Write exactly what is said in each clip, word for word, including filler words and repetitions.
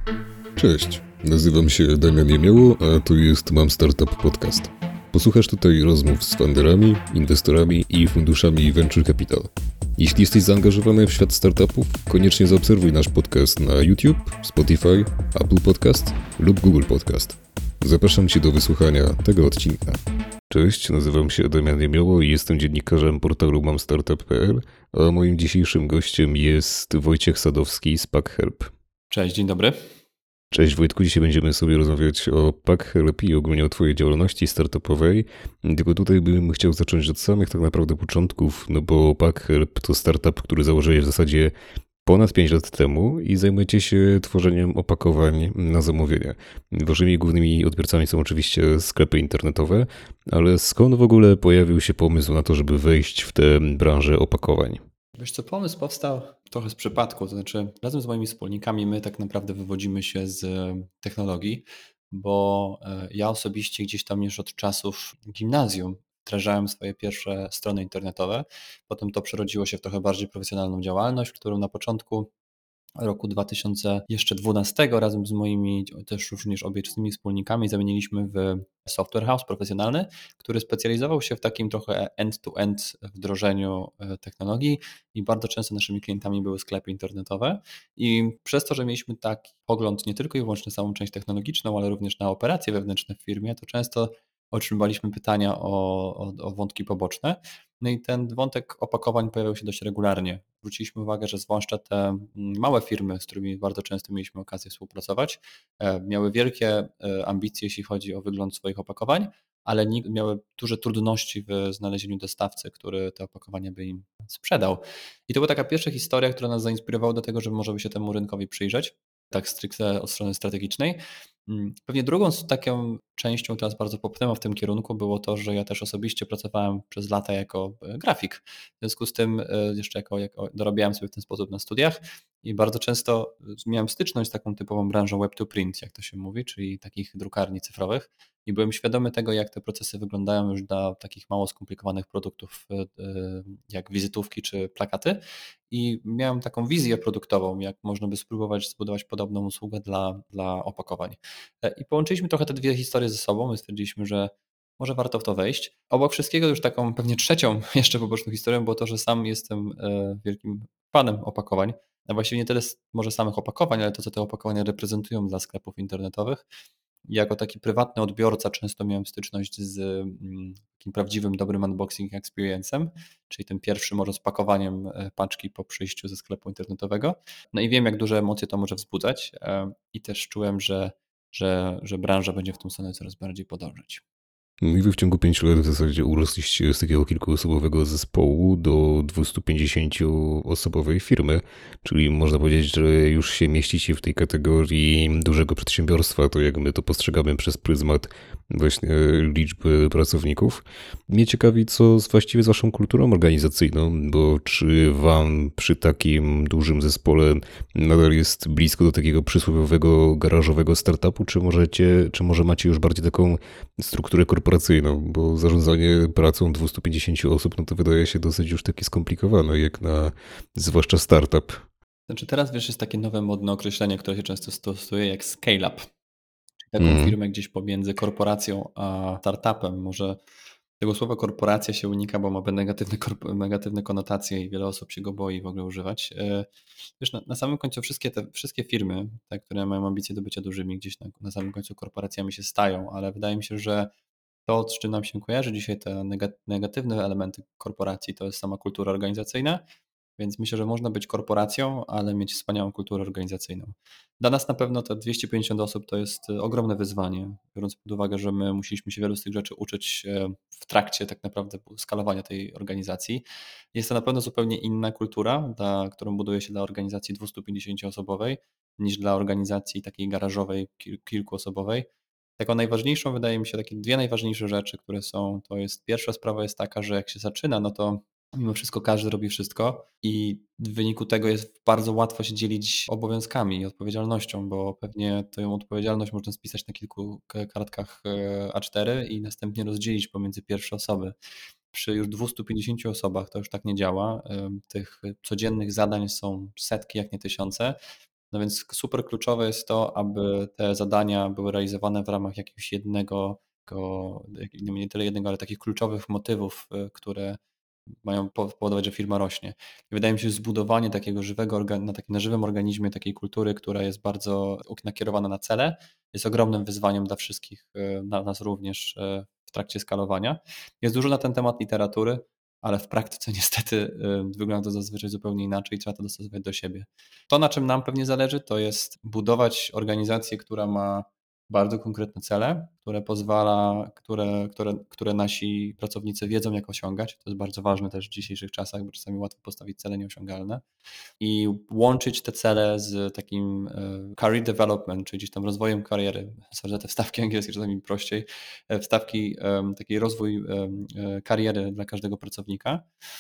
Cześć, nazywam się Damian Jemioło, a to jest Mam Startup Podcast. Posłuchasz tutaj rozmów z funderami, inwestorami i funduszami Venture Capital. Jeśli jesteś zaangażowany w świat startupów, koniecznie zaobserwuj nasz podcast na YouTube, Spotify, Apple Podcast lub Google Podcast. Zapraszam Cię do wysłuchania tego odcinka. Cześć, nazywam się Damian Jemioło i jestem dziennikarzem portalu mam startup kropka p l, a moim dzisiejszym gościem jest Wojciech Sadowski z PackHelp. Cześć, dzień dobry. Cześć Wojtku, dzisiaj będziemy sobie rozmawiać o PackHelp i ogólnie o Twojej działalności startupowej. Tylko tutaj bym chciał zacząć od samych tak naprawdę początków, no bo PackHelp to startup, który założyłeś w zasadzie ponad pięć lat temu i zajmujecie się tworzeniem opakowań na zamówienie. Waszymi głównymi odbiorcami są oczywiście sklepy internetowe, ale skąd w ogóle pojawił się pomysł na to, żeby wejść w tę branżę opakowań? Wiesz co, pomysł powstał trochę z przypadku, to znaczy razem z moimi wspólnikami my tak naprawdę wywodzimy się z technologii, bo ja osobiście gdzieś tam już od czasów gimnazjum wdrażałem swoje pierwsze strony internetowe, potem to przerodziło się w trochę bardziej profesjonalną działalność, którą na początku roku dwa tysiące dwunastego razem z moimi też również obecnymi wspólnikami zamieniliśmy w software house profesjonalny, który specjalizował się w takim trochę end-to-end wdrożeniu technologii i bardzo często naszymi klientami były sklepy internetowe i przez to, że mieliśmy taki pogląd nie tylko i wyłącznie na samą część technologiczną, ale również na operacje wewnętrzne w firmie, to często otrzymywaliśmy pytania o, o, o wątki poboczne. No i ten wątek opakowań pojawiał się dość regularnie. Zwróciliśmy uwagę, że zwłaszcza te małe firmy, z którymi bardzo często mieliśmy okazję współpracować, miały wielkie ambicje, jeśli chodzi o wygląd swoich opakowań, ale miały duże trudności w znalezieniu dostawcy, który te opakowania by im sprzedał. I to była taka pierwsza historia, która nas zainspirowała do tego, że może by się temu rynkowi przyjrzeć, tak stricte od strony strategicznej. Pewnie drugą taką częścią, która nas bardzo popchnęła w tym kierunku, było to, że ja też osobiście pracowałem przez lata jako grafik. W związku z tym jeszcze jako, jako dorabiałem sobie w ten sposób na studiach i bardzo często miałem styczność z taką typową branżą web to print, jak to się mówi, czyli takich drukarni cyfrowych i byłem świadomy tego, jak te procesy wyglądają już dla takich mało skomplikowanych produktów jak wizytówki czy plakaty i miałem taką wizję produktową, jak można by spróbować zbudować podobną usługę dla, dla opakowań. I połączyliśmy trochę te dwie historie ze sobą i stwierdziliśmy, że może warto w to wejść. Obok wszystkiego już taką pewnie trzecią jeszcze poboczną historią było to, że sam jestem wielkim fanem opakowań. A właściwie nie tyle może samych opakowań, ale to, co te opakowania reprezentują dla sklepów internetowych. Jako taki prywatny odbiorca często miałem styczność z takim prawdziwym, dobrym unboxing experience'em, czyli tym pierwszym może spakowaniem paczki po przyjściu ze sklepu internetowego. No i wiem, jak duże emocje to może wzbudzać i też czułem, że, że, że branża będzie w tą stronę coraz bardziej podążać. No i wy w ciągu pięciu lat w zasadzie urosliście z takiego kilkuosobowego zespołu do dwustupięćdziesięcioosobowej firmy, czyli można powiedzieć, że już się mieścicie w tej kategorii dużego przedsiębiorstwa, to jak my to postrzegamy przez pryzmat właśnie liczby pracowników. Mnie ciekawi, co właściwie z waszą kulturą organizacyjną, bo czy wam przy takim dużym zespole nadal jest blisko do takiego przysłowiowego garażowego startupu, czy możecie, czy może macie już bardziej taką strukturę korporacyjną? korporacyjną, bo zarządzanie pracą dwieście pięćdziesiąt osób, no to wydaje się dosyć już takie skomplikowane, jak na zwłaszcza startup. Znaczy teraz wiesz, jest takie nowe modne określenie, które się często stosuje jak scale-up, czyli taką mm. firmę gdzieś pomiędzy korporacją a startupem. Może tego słowa korporacja się unika, bo ma negatywne, negatywne konotacje i wiele osób się go boi w ogóle używać. Wiesz, na, na samym końcu wszystkie te wszystkie firmy, te, które mają ambicje do bycia dużymi, gdzieś na, na samym końcu korporacjami się stają, ale wydaje mi się, że to, z czym nam się kojarzy dzisiaj te negatywne elementy korporacji, to jest sama kultura organizacyjna, więc myślę, że można być korporacją, ale mieć wspaniałą kulturę organizacyjną. Dla nas na pewno te dwieście pięćdziesiąt osób to jest ogromne wyzwanie, biorąc pod uwagę, że my musieliśmy się wielu z tych rzeczy uczyć w trakcie tak naprawdę skalowania tej organizacji. Jest to na pewno zupełnie inna kultura, dla, którą buduje się dla organizacji dwustupięćdziesięcioosobowej niż dla organizacji takiej garażowej, kilkuosobowej. Taką najważniejszą, wydaje mi się, takie dwie najważniejsze rzeczy, które są, to jest pierwsza sprawa jest taka, że jak się zaczyna, no to mimo wszystko każdy robi wszystko i w wyniku tego jest bardzo łatwo się dzielić obowiązkami i odpowiedzialnością, bo pewnie tę odpowiedzialność można spisać na kilku kartkach A cztery i następnie rozdzielić pomiędzy pierwsze osoby. Przy już dwieście pięćdziesięciu osobach to już tak nie działa. Tych codziennych zadań są setki, jak nie tysiące. No więc super kluczowe jest to, aby te zadania były realizowane w ramach jakiegoś jednego, go no nie tyle jednego, ale takich kluczowych motywów, y, które mają po powodować, że firma rośnie. I wydaje mi się, że zbudowanie takiego żywego orga na takim na żywym organizmie takiej kultury, która jest bardzo uk nakierowana na cele, jest ogromnym wyzwaniem dla wszystkich, y, dla nas również, y, w trakcie skalowania. Jest dużo na ten temat literatury, ale w praktyce niestety, y, wygląda to zazwyczaj zupełnie inaczej i trzeba to dostosować do siebie. To, na czym nam pewnie zależy, to jest budować organizację, która ma bardzo konkretne cele, które pozwala które które które nasi pracownicy wiedzą, jak osiągać. To jest bardzo ważne też w dzisiejszych czasach, bo czasami łatwo postawić cele nieosiągalne i łączyć te cele z takim, e, career development, czyli gdzieś tam rozwojem kariery. Sorry za te wstawki angielskie, czasami prościej. E, wstawki, em, taki rozwój, em, e, kariery dla każdego pracownika.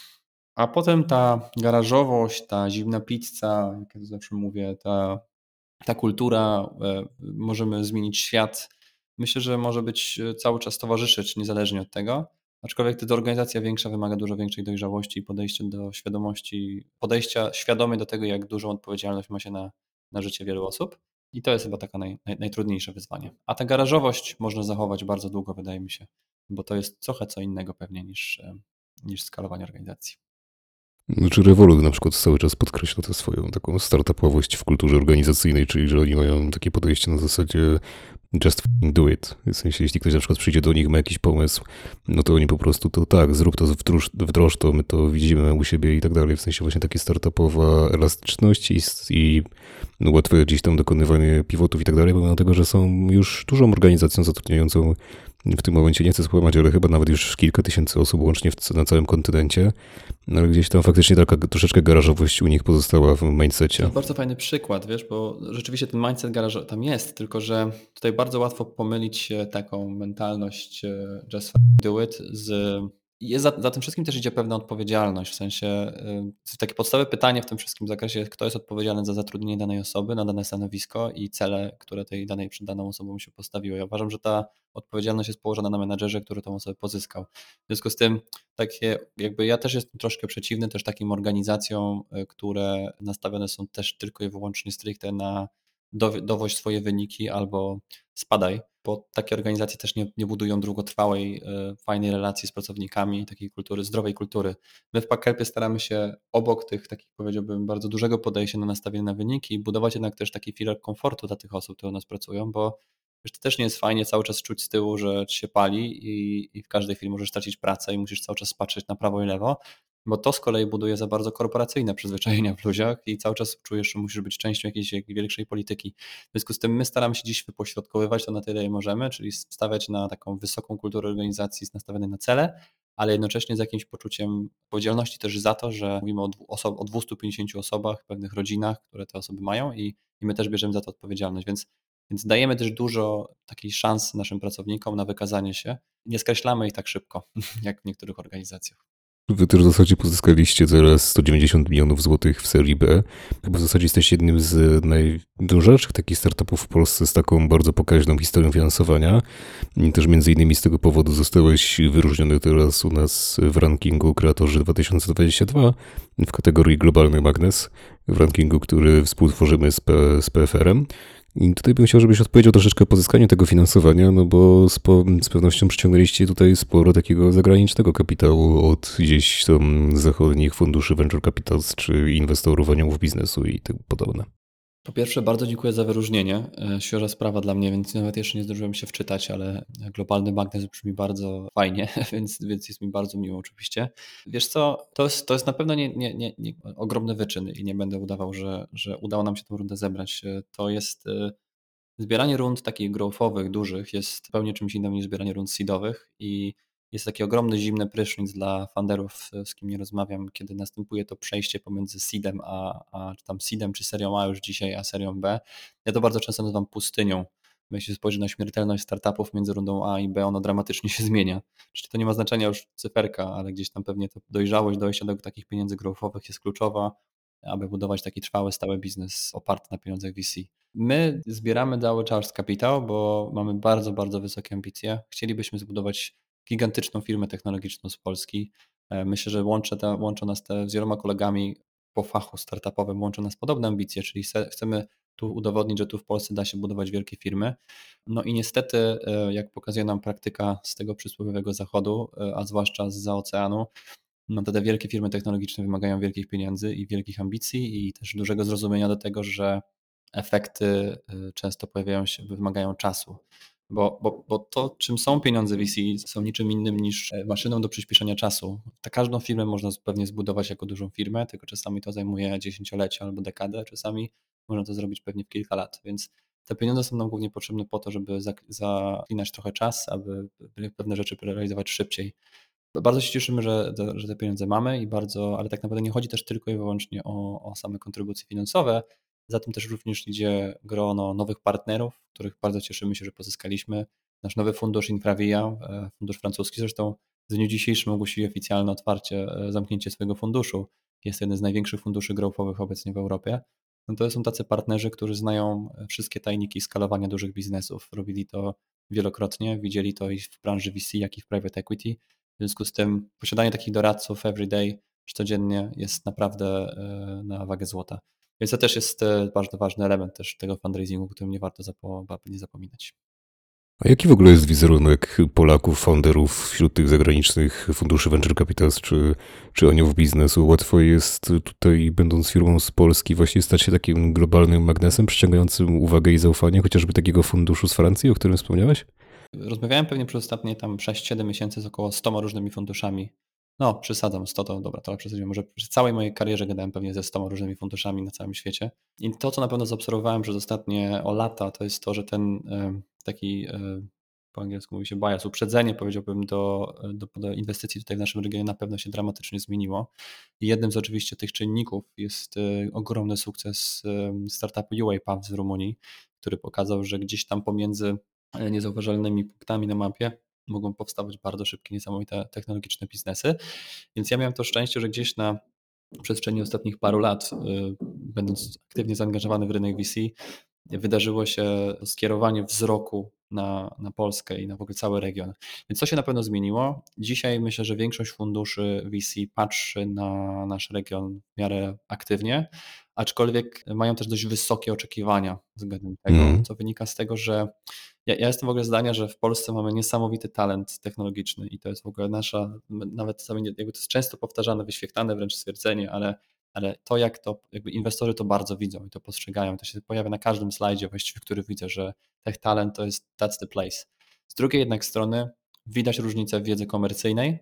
A potem ta garażowość, ta zimna pizza, jak ja to zawsze mówię, ta ta kultura, e, możemy zmienić świat. Myślę, że może być e, cały czas towarzyszyć niezależnie od tego. Aczkolwiek ta organizacja większa wymaga dużo większej dojrzałości i podejścia do świadomości, podejścia świadomie do tego, jak dużą odpowiedzialność ma się na, na życie wielu osób. I to jest chyba taka naj, naj, najtrudniejsze wyzwanie. A ta garażowość można zachować bardzo długo, wydaje mi się, bo to jest trochę co innego pewnie niż, e, niż skalowanie organizacji. Znaczy Revolut na przykład cały czas podkreśla tę swoją taką startupowość w kulturze organizacyjnej, czyli że oni mają takie podejście na zasadzie just f***ing do it. W sensie, jeśli ktoś na przykład przyjdzie do nich, ma jakiś pomysł, no to oni po prostu to tak, zrób to, wdroż, wdroż to, my to widzimy u siebie i tak dalej. W sensie właśnie takie startupowa elastyczność i, i no, łatwe gdzieś tam dokonywanie pivotów i tak dalej, pomimo tego, że są już dużą organizacją zatrudniającą w tym momencie, nie chcę skłamać, ale chyba nawet już kilka tysięcy osób łącznie w, na całym kontynencie, no ale gdzieś tam faktycznie taka troszeczkę garażowość u nich pozostała w To mindsetie. jest bardzo fajny przykład, wiesz, bo rzeczywiście ten mindset garażowy tam jest, tylko że tutaj bardzo łatwo pomylić e, taką mentalność e, just f***ing do it z jest za, za tym wszystkim też idzie pewna odpowiedzialność, w sensie e, takie podstawowe pytanie w tym wszystkim zakresie jest, kto jest odpowiedzialny za zatrudnienie danej osoby na dane stanowisko i cele, które tej danej przed daną osobą się postawiły. Ja uważam, że ta odpowiedzialność jest położona na menadżerze, który tą osobę pozyskał. W związku z tym takie, jakby ja też jestem troszkę przeciwny też takim organizacjom, y, które nastawione są też tylko i wyłącznie stricte na dowi- dowoź swoje wyniki albo spadaj, bo takie organizacje też nie, nie budują długotrwałej, y, fajnej relacji z pracownikami, takiej kultury, zdrowej kultury. My w Packelpie staramy się obok tych takich, powiedziałbym, bardzo dużego podejścia na nastawienie na wyniki, budować jednak też taki filar komfortu dla tych osób, które u nas pracują, bo wiesz, to też nie jest fajnie cały czas czuć z tyłu, że ci się pali i, i w każdej chwili możesz stracić pracę i musisz cały czas patrzeć na prawo i lewo, bo to z kolei buduje za bardzo korporacyjne przyzwyczajenia w ludziach i cały czas czujesz, że musisz być częścią jakiejś większej polityki. W związku z tym my staramy się dziś wypośrodkowywać to na tyle, ile możemy, czyli stawiać na taką wysoką kulturę organizacji nastawionej na cele, ale jednocześnie z jakimś poczuciem odpowiedzialności też za to, że mówimy o, dwu, oso- o dwieście pięćdziesięciu osobach, pewnych rodzinach, które te osoby mają i, i my też bierzemy za to odpowiedzialność. Więc więc dajemy też dużo takiej szans naszym pracownikom na wykazanie się. Nie skreślamy ich tak szybko, jak w niektórych organizacjach. Wy też w zasadzie pozyskaliście teraz sto dziewięćdziesiąt milionów złotych w serii B. Chyba w zasadzie jesteście jednym z najdłuższych takich startupów w Polsce z taką bardzo pokaźną historią finansowania. I też między innymi z tego powodu zostałeś wyróżniony teraz u nas w rankingu Kreatorzy dwa tysiące dwadzieścia dwa w kategorii Globalny Magnes, w rankingu, który współtworzymy z, P- z P F R-em. I tutaj bym chciał, żebyś odpowiedział troszeczkę o pozyskaniu tego finansowania, no bo z, po, z pewnością przyciągnęliście tutaj sporo takiego zagranicznego kapitału od gdzieś tam zachodnich funduszy venture capitals czy inwestorów aniołów biznesu i tym podobne. Po pierwsze, bardzo dziękuję za wyróżnienie. E, Świeża sprawa dla mnie, więc nawet jeszcze nie zdążyłem się wczytać, ale globalny magnes brzmi bardzo fajnie, więc, więc jest mi bardzo miło oczywiście. Wiesz co, to jest, to jest na pewno nie, nie, nie, nie ogromny wyczyn i nie będę udawał, że, że udało nam się tę rundę zebrać. E, To jest e, zbieranie rund takich growthowych, dużych jest zupełnie czymś innym niż zbieranie rund seedowych i jest taki ogromny zimny prysznic dla funderów, z kim nie rozmawiam, kiedy następuje to przejście pomiędzy seedem a, a czy tam seedem czy serią A już dzisiaj, a serią B. Ja to bardzo często nazywam pustynią. Bo jeśli spojrzy na śmiertelność startupów między rundą A i B, ona dramatycznie się zmienia. Czyli to nie ma znaczenia już cyferka, ale gdzieś tam pewnie ta dojrzałość dojścia do takich pieniędzy growthowych jest kluczowa, aby budować taki trwały, stały biznes oparty na pieniądzach V C. My zbieramy cały czas kapitał, bo mamy bardzo, bardzo wysokie ambicje. Chcielibyśmy zbudować gigantyczną firmę technologiczną z Polski. E, Myślę, że łączy te, łączą nas te z wieloma kolegami po fachu startupowym, łączą nas podobne ambicje, czyli se- chcemy tu udowodnić, że tu w Polsce da się budować wielkie firmy. No i niestety, e, jak pokazuje nam praktyka z tego przysłowiowego zachodu, e, a zwłaszcza zza oceanu, no to te wielkie firmy technologiczne wymagają wielkich pieniędzy i wielkich ambicji i też dużego zrozumienia do tego, że efekty y, często pojawiają się, wymagają czasu. Bo, bo, bo to, czym są pieniądze V C, są niczym innym niż e, maszyną do przyspieszenia czasu. Ta każdą firmę można pewnie zbudować jako dużą firmę, tylko czasami to zajmuje dziesięciolecie albo dekadę, czasami można to zrobić pewnie w kilka lat. Więc te pieniądze są nam głównie potrzebne po to, żeby zak- zaklinać trochę czas, aby pewne rzeczy realizować szybciej. Bardzo się cieszymy, że te, że te pieniądze mamy i bardzo, ale tak naprawdę nie chodzi też tylko i wyłącznie o, o same kontrybucje finansowe. Za tym też również idzie grono nowych partnerów, których bardzo cieszymy się, że pozyskaliśmy. Nasz nowy fundusz Infravia, e, fundusz francuski, zresztą w dniu dzisiejszym ogłosili oficjalne otwarcie, e, zamknięcie swojego funduszu. Jest to jeden z największych funduszy growthowych obecnie w Europie. No to są tacy partnerzy, którzy znają wszystkie tajniki skalowania dużych biznesów. Robili to wielokrotnie, widzieli to i w branży V C, jak i w private equity. W związku z tym posiadanie takich doradców everyday czy codziennie jest naprawdę e, na wagę złota. Więc to też jest e, bardzo ważny element też tego fundraisingu, o którym nie warto zapo- nie zapominać. A jaki w ogóle jest wizerunek Polaków, founderów wśród tych zagranicznych funduszy venture capitals czy, czy aniołów biznesu? Łatwo jest tutaj, będąc firmą z Polski, właśnie stać się takim globalnym magnesem przyciągającym uwagę i zaufanie, chociażby takiego funduszu z Francji, o którym wspomniałeś? Rozmawiałem pewnie przez ostatnie tam sześć siedem miesięcy z około stoma różnymi funduszami. No, przesadzam, sto to dobra, to przesadziłem. Może przy całej mojej karierze gadałem pewnie ze stoma różnymi funduszami na całym świecie. I to, co na pewno zaobserwowałem przez ostatnie o lata, to jest to, że ten e, taki e, po angielsku mówi się bias, uprzedzenie powiedziałbym do, do, do inwestycji tutaj w naszym regionie na pewno się dramatycznie zmieniło. I jednym z oczywiście tych czynników jest e, ogromny sukces e, startupu UiPath z Rumunii, który pokazał, że gdzieś tam pomiędzy e, niezauważalnymi punktami na mapie mogą powstawać bardzo szybkie, niesamowite technologiczne biznesy. Więc ja miałem to szczęście, że gdzieś na przestrzeni ostatnich paru lat, y, będąc aktywnie zaangażowany w rynek V C, wydarzyło się skierowanie wzroku na, na Polskę i na w ogóle cały region. Więc to się na pewno zmieniło. Dzisiaj myślę, że większość funduszy V C patrzy na nasz region w miarę aktywnie, aczkolwiek mają też dość wysokie oczekiwania względem tego, Mhm. co wynika z tego, że ja, ja jestem w ogóle zdania, że w Polsce mamy niesamowity talent technologiczny i to jest w ogóle nasza, nawet sami nie- jakby to jest często powtarzane, wyświetlane wręcz stwierdzenie, ale ale to, jak to jakby inwestorzy to bardzo widzą i to postrzegają, to się pojawia na każdym slajdzie właściwie, który widzę, że tech talent to jest that's the place. Z drugiej jednak strony widać różnicę w wiedzy komercyjnej.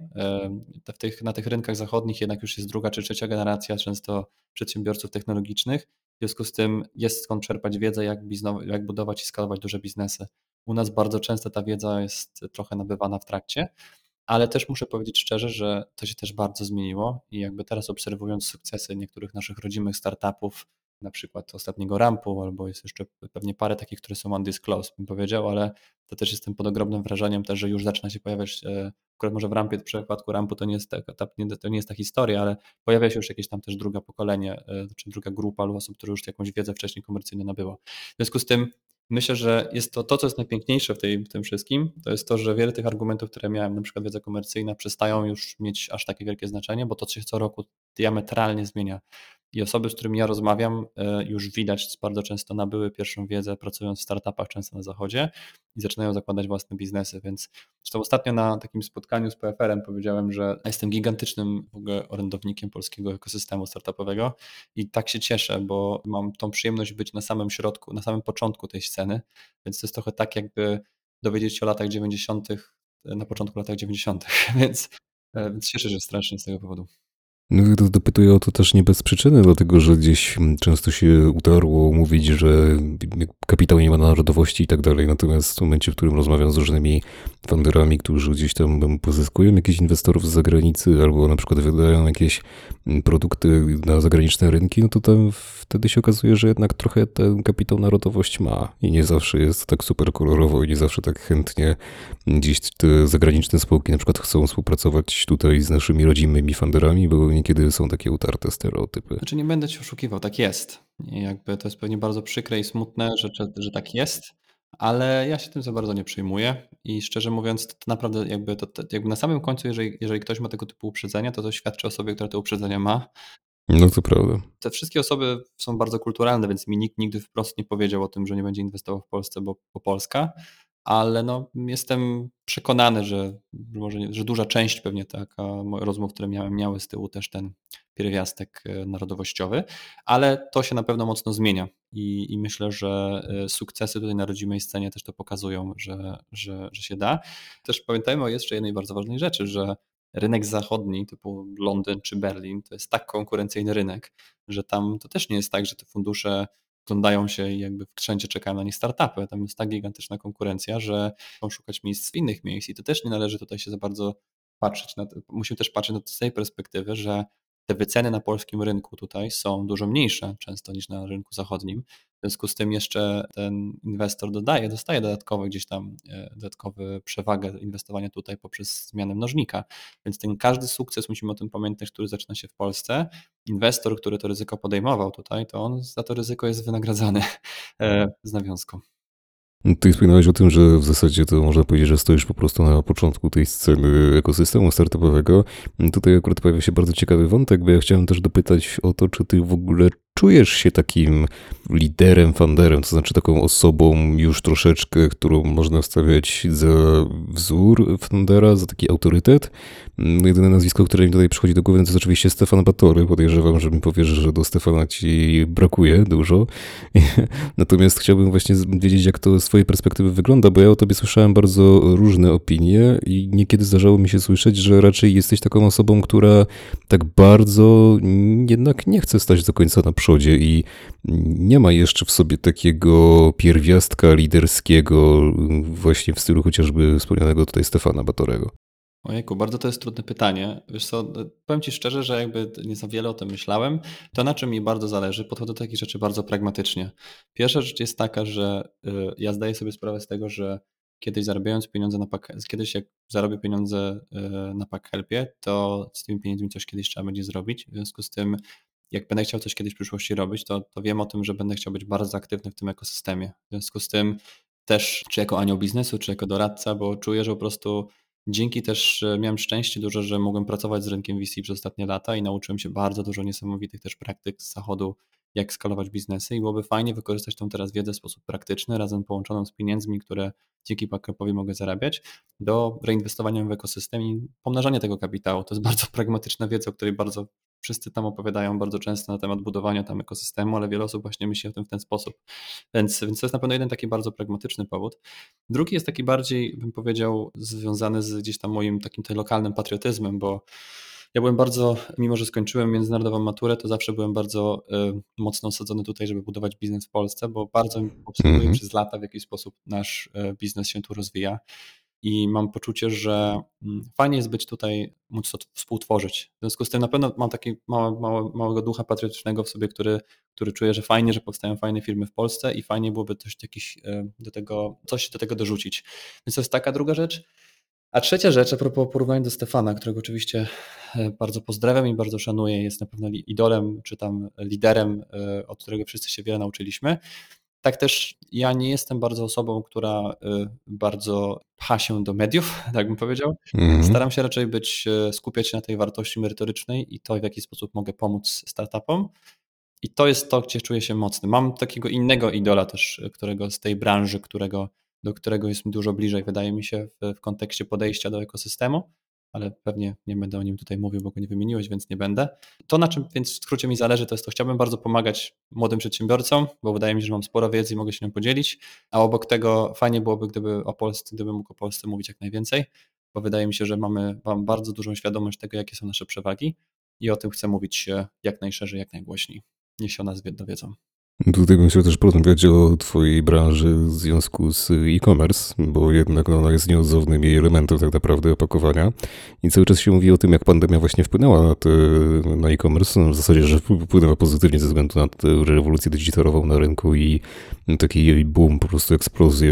W tych, na tych rynkach zachodnich jednak już jest druga czy trzecia generacja często przedsiębiorców technologicznych. W związku z tym jest skąd czerpać wiedzę, jak, bizno, jak budować i skalować duże biznesy. U nas bardzo często ta wiedza jest trochę nabywana w trakcie. Ale też muszę powiedzieć szczerze, że to się też bardzo zmieniło i jakby teraz obserwując sukcesy niektórych naszych rodzimych startupów, na przykład ostatniego Rampu, albo jest jeszcze pewnie parę takich, które są undisclosed, bym powiedział, ale to też jestem pod ogromnym wrażeniem też, że już zaczyna się pojawiać, e, akurat może w Rampie, w przypadku Rampu to nie jest ta, ta, nie, to nie jest ta historia, ale pojawia się już jakieś tam też druga pokolenie, e, czy druga grupa lub osób, które już jakąś wiedzę wcześniej komercyjną nabyło. W związku z tym myślę, że jest to, to co jest najpiękniejsze w, tej, w tym wszystkim, to jest to, że wiele tych argumentów, które miałem, na przykład wiedza komercyjna, przestają już mieć aż takie wielkie znaczenie, bo to się co roku diametralnie zmienia. I osoby, z którymi ja rozmawiam, e, już widać, bardzo często nabyły pierwszą wiedzę, pracując w startupach, często na zachodzie i zaczynają zakładać własne biznesy. Więc zresztą ostatnio na takim spotkaniu z P F R-em powiedziałem, że jestem gigantycznym w ogóle orędownikiem polskiego ekosystemu startupowego i tak się cieszę, bo mam tą przyjemność być na samym środku, na samym początku tej sceny, więc to jest trochę tak, jakby dowiedzieć się o latach dziewięćdziesiątych, na początku latach dziewięćdziesiątych, więc, e, więc cieszę się strasznie z tego powodu. No, to dopytuję o to też nie bez przyczyny, dlatego że gdzieś mm, często się utarło mówić, że kapitał nie ma narodowości i tak dalej. Natomiast w momencie, w którym rozmawiam z różnymi funderami, którzy gdzieś tam pozyskują jakichś inwestorów z zagranicy albo na przykład wydają jakieś mm, produkty na zagraniczne rynki, no to tam wtedy się okazuje, że jednak trochę ten kapitał narodowość ma i nie zawsze jest tak super kolorowo i nie zawsze tak chętnie gdzieś te zagraniczne spółki na przykład chcą współpracować tutaj z naszymi rodzimymi funderami, bo niekiedy są takie utarte stereotypy. Znaczy nie będę cię oszukiwał, tak jest. I jakby to jest pewnie bardzo przykre i smutne, że, że, że tak jest, ale ja się tym za bardzo nie przejmuję i szczerze mówiąc, to naprawdę jakby, to, to jakby na samym końcu, jeżeli, jeżeli ktoś ma tego typu uprzedzenia, to to świadczy o sobie, która te uprzedzenia ma. No to prawda. Te wszystkie osoby są bardzo kulturalne, więc mi nikt nigdy wprost nie powiedział o tym, że nie będzie inwestował w Polsce, bo, bo Polska, ale no, jestem przekonany, że może nie, że duża część pewnie taka mo- rozmów, które miałem, miały z tyłu też ten pierwiastek e, narodowościowy, ale to się na pewno mocno zmienia i, i myślę, że e, sukcesy tutaj na rodzimej scenie też to pokazują, że, że, że się da. Też pamiętajmy o jeszcze jednej bardzo ważnej rzeczy, że rynek zachodni typu Londyn czy Berlin to jest tak konkurencyjny rynek, że tam to też nie jest tak, że te fundusze oglądają się i jakby wszędzie czekają na nich startupy. Tam jest tak gigantyczna konkurencja, że chcą szukać miejsc w innych miejsc i to też nie należy tutaj się za bardzo patrzeć na to. Musimy też patrzeć na to z tej perspektywy, że te wyceny na polskim rynku tutaj są dużo mniejsze często niż na rynku zachodnim. W związku z tym jeszcze ten inwestor dodaje, dostaje dodatkowo gdzieś tam e, dodatkowe przewagę inwestowania tutaj poprzez zmianę mnożnika. Więc ten każdy sukces, musimy o tym pamiętać, który zaczyna się w Polsce, inwestor, który to ryzyko podejmował tutaj, to on za to ryzyko jest wynagradzany e, z nawiązką. Ty wspominałeś o tym, że w zasadzie to można powiedzieć, że stoisz po prostu na początku tej sceny ekosystemu startupowego. Tutaj akurat pojawia się bardzo ciekawy wątek, bo ja chciałem też dopytać o to, czy ty w ogóle czujesz się takim liderem, funderem, to znaczy taką osobą już troszeczkę, którą można stawiać za wzór fundera, za taki autorytet. Jedyne nazwisko, które mi tutaj przychodzi do głowy, to jest oczywiście Stefan Batory. Podejrzewam, że mi powiesz, że do Stefana ci brakuje dużo. Natomiast chciałbym właśnie wiedzieć, jak to z twojej perspektywy wygląda, bo ja o tobie słyszałem bardzo różne opinie i niekiedy zdarzało mi się słyszeć, że raczej jesteś taką osobą, która tak bardzo jednak nie chce stać do końca na przodzie i nie ma jeszcze w sobie takiego pierwiastka liderskiego właśnie w stylu chociażby wspomnianego tutaj Stefana Batorego. Ojejku, bardzo to jest trudne pytanie. Wiesz co, powiem Ci szczerze, że jakby nie za wiele o tym myślałem. To, na czym mi bardzo zależy, podchodzę do takich rzeczy bardzo pragmatycznie. Pierwsza rzecz jest taka, że y, ja zdaję sobie sprawę z tego, że kiedyś zarabiając pieniądze na pack, kiedyś jak zarobię pieniądze y, na PackHelpie, to z tymi pieniędzmi coś kiedyś trzeba będzie zrobić. W związku z tym, jak będę chciał coś kiedyś w przyszłości robić, to, to wiem o tym, że będę chciał być bardzo aktywny w tym ekosystemie. W związku z tym też, czy jako anioł biznesu, czy jako doradca, bo czuję, że po prostu dzięki też e, miałem szczęście duże, że mogłem pracować z rynkiem V C przez ostatnie lata i nauczyłem się bardzo dużo niesamowitych też praktyk z zachodu, jak skalować biznesy i byłoby fajnie wykorzystać tą teraz wiedzę w sposób praktyczny, razem połączoną z pieniędzmi, które dzięki Backupowi mogę zarabiać, do reinwestowania w ekosystem i pomnażania tego kapitału. To jest bardzo pragmatyczna wiedza, o której bardzo wszyscy tam opowiadają bardzo często na temat budowania tam ekosystemu, ale wiele osób właśnie myśli o tym w ten sposób. Więc, więc to jest na pewno jeden taki bardzo pragmatyczny powód. Drugi jest taki bardziej, bym powiedział, związany z gdzieś tam moim takim tutaj lokalnym patriotyzmem, bo ja byłem bardzo, mimo że skończyłem międzynarodową maturę, to zawsze byłem bardzo y, mocno osadzony tutaj, żeby budować biznes w Polsce, bo bardzo obserwuję Mhm. przez lata, w jaki sposób nasz y, biznes się tu rozwija i mam poczucie, że mm, fajnie jest być tutaj, móc to współtworzyć. W związku z tym na pewno mam taki małe, małe, małego ducha patriotycznego w sobie, który, który czuje, że fajnie, że powstają fajne firmy w Polsce i fajnie byłoby coś, jakiś, y, do tego, coś do tego dorzucić. Więc to jest taka druga rzecz. A trzecia rzecz, a propos porównania do Stefana, którego oczywiście e, bardzo pozdrawiam i bardzo szanuję, jest na pewno li- idolem czy tam liderem, e, od którego wszyscy się wiele nauczyliśmy. Tak też ja nie jestem bardzo osobą, która e, bardzo pcha się do mediów, tak bym powiedział. Mhm. Staram się raczej być, e, skupiać się na tej wartości merytorycznej i to, w jaki sposób mogę pomóc startupom. I to jest to, gdzie czuję się mocny. Mam takiego innego idola też, którego z tej branży, którego, do którego jest mi dużo bliżej, wydaje mi się, w, w kontekście podejścia do ekosystemu, ale pewnie nie będę o nim tutaj mówił, bo go nie wymieniłeś, więc nie będę. To, na czym więc w skrócie mi zależy, to jest to, chciałbym bardzo pomagać młodym przedsiębiorcom, bo wydaje mi się, że mam sporo wiedzy i mogę się nią podzielić, a obok tego fajnie byłoby, gdyby o Polsce, gdybym mógł o Polsce mówić jak najwięcej, bo wydaje mi się, że mamy, mam bardzo dużą świadomość tego, jakie są nasze przewagi i o tym chcę mówić jak najszerzej, jak najgłośniej. Niech się o nas dowiedzą. Tutaj bym chciał też porozmawiać o twojej branży w związku z e-commerce, bo jednak ona jest nieodzownym jej elementem tak naprawdę opakowania. I cały czas się mówi o tym, jak pandemia właśnie wpłynęła na, te, na e-commerce, no w zasadzie, że wpłynęła pozytywnie ze względu na tę rewolucję digitalową na rynku i taki jej boom, po prostu eksplozję